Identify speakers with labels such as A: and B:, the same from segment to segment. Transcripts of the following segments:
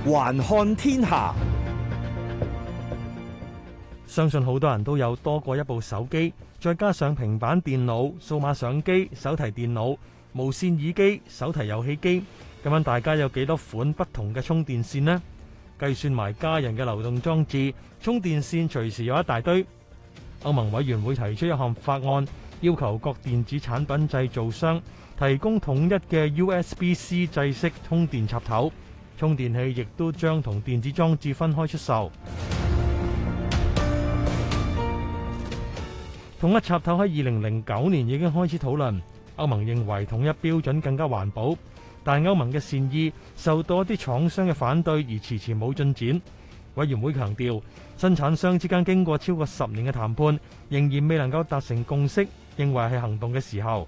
A: 環看天下，
B: 相信好多人都有多過一部手機，再加上平板電腦、數碼相機、手提電腦、無線耳機、手提遊戲機，咁樣大家有幾多款不同嘅充電線呢？計算埋家人嘅流動裝置，充電線隨時有一大堆。歐盟委員會提出一項法案，要求各電子產品製造商提供統一嘅 USB-C 制式充電插頭，充電器亦都將同電子裝置分開出售。統一插頭喺2009年已經開始討論，歐盟認為統一標準更加環保，但歐盟嘅善意受到一啲廠商嘅反對而遲遲冇進展。委員會強調，生產商之間經過超過10年嘅談判，仍然未能夠達成共識，認為係行動嘅時候。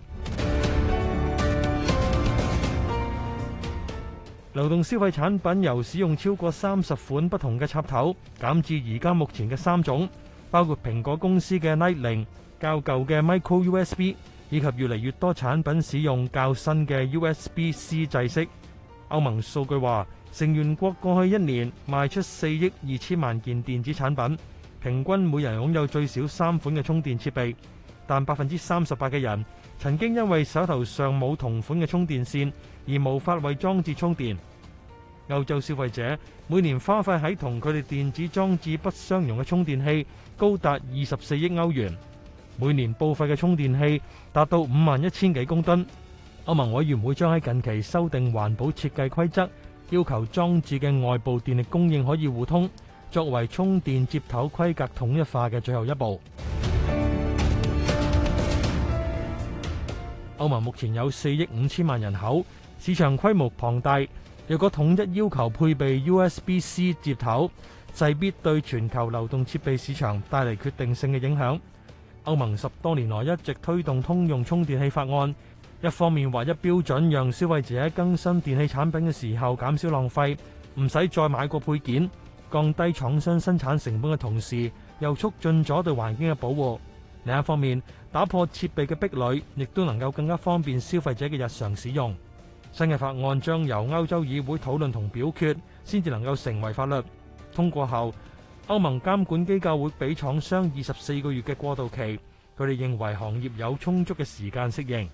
B: 流動消費產品由使用超過30款不同嘅插頭，減至而家目前嘅3種，包括蘋果公司嘅 Lightning、較舊嘅 Micro USB， 以及越嚟越多產品使用較新嘅 USB-C 制式。歐盟數據話，成員國過去1年賣出4億2千萬件電子產品，平均每人擁有最少3款嘅充電設備，但38%嘅人曾經因為手頭上冇同款嘅充電線而無法為裝置充電。歐洲消費者每年花費喺同佢哋電子裝置不相容嘅充電器高達24億歐元，每年報廢嘅充電器達到51000幾公噸。歐盟委員會將喺近期修訂環保設計規則，要求裝置嘅外部電力供應可以互通，作為充電接頭規格統一化嘅最後一步。歐盟目前有4億5千萬人口，市場規模龐大。若果統一要求配備 USB-C 接頭，勢必對全球流動設備市場帶嚟決定性嘅影響。歐盟10多年來一直推動通用充電器法案，一方面劃一標準，讓消費者更新電器產品嘅時候減少浪費，唔使再買過配件，降低廠商生產成本嘅同時，又促進咗對環境嘅保護。另一方面，打破設備嘅壁壘，亦都能夠更加方便消費者嘅日常使用。新嘅法案將由歐洲議會討論同表決，先至能夠成為法律。通過後，歐盟監管機構會俾廠商24個月嘅過渡期，佢哋認為行業有充足嘅時間適應。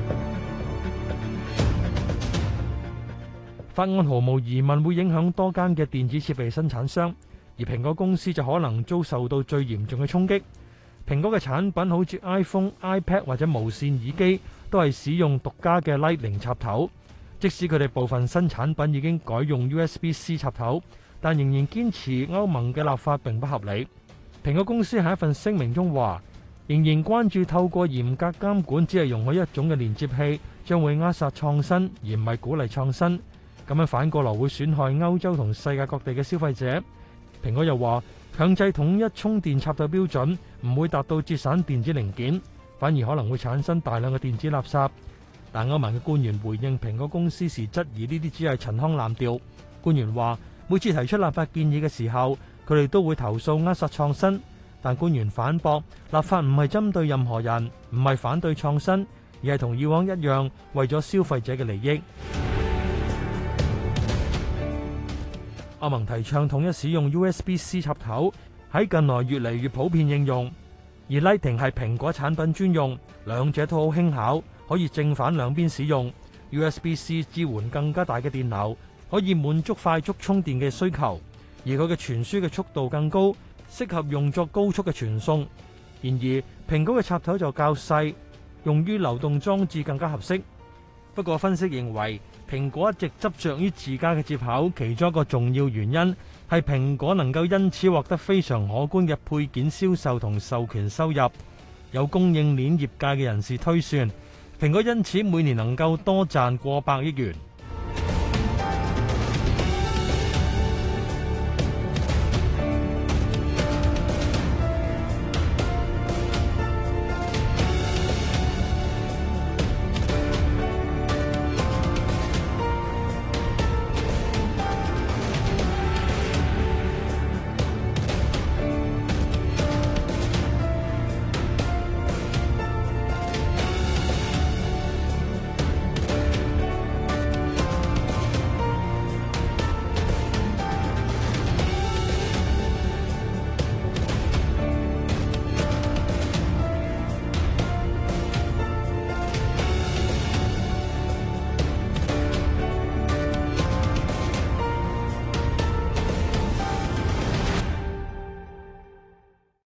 B: 法案毫無疑問會影響多間嘅電子設備生產商，而蘋果公司就可能遭受到最嚴重嘅衝擊。蘋果嘅產品好似 iPhone、iPad 或者無線耳機，都係使用獨家嘅 Lightning 插頭。即使佢哋部分新產品已經改用 USB-C 插頭，但仍然堅持歐盟嘅立法並不合理。蘋果公司喺一份聲明中話，仍然關注透過嚴格監管只係容許一種嘅連接器，將會扼殺創新，而唔係鼓勵創新。咁樣反過來會損害歐洲同世界各地嘅消費者。蘋果又話，強制統一充電插頭標準唔會達到節省電子零件，反而可能會產生大量嘅電子垃圾。但歐盟嘅官員回應蘋果公司時質疑呢啲只係陳腔濫調。官員話，每次提出立法建議嘅時候，佢哋都會投訴扼殺創新。但官員反駁，立法唔係針對任何人，唔係反對創新，而係同以往一樣，為咗消費者嘅利益。歐盟提倡統一使用 USB-C 插頭，喺近來越嚟越普遍應用。而 Lightning 係蘋果產品專用，兩者都好輕巧，可以正反兩邊使用。USB-C 支援更加大嘅電流，可以滿足快速充電嘅需求，而佢嘅傳輸嘅速度更高，適合用作高速嘅傳送。然而，蘋果嘅插頭就較細，用於流動裝置更加合適。不過，分析認為，蘋果一直執着於自家嘅接口，其中一個重要原因係蘋果能夠因此獲得非常可觀嘅配件銷售同授權收入。有供應鏈業界嘅人士推算，蘋果因此每年能夠多賺過百億元。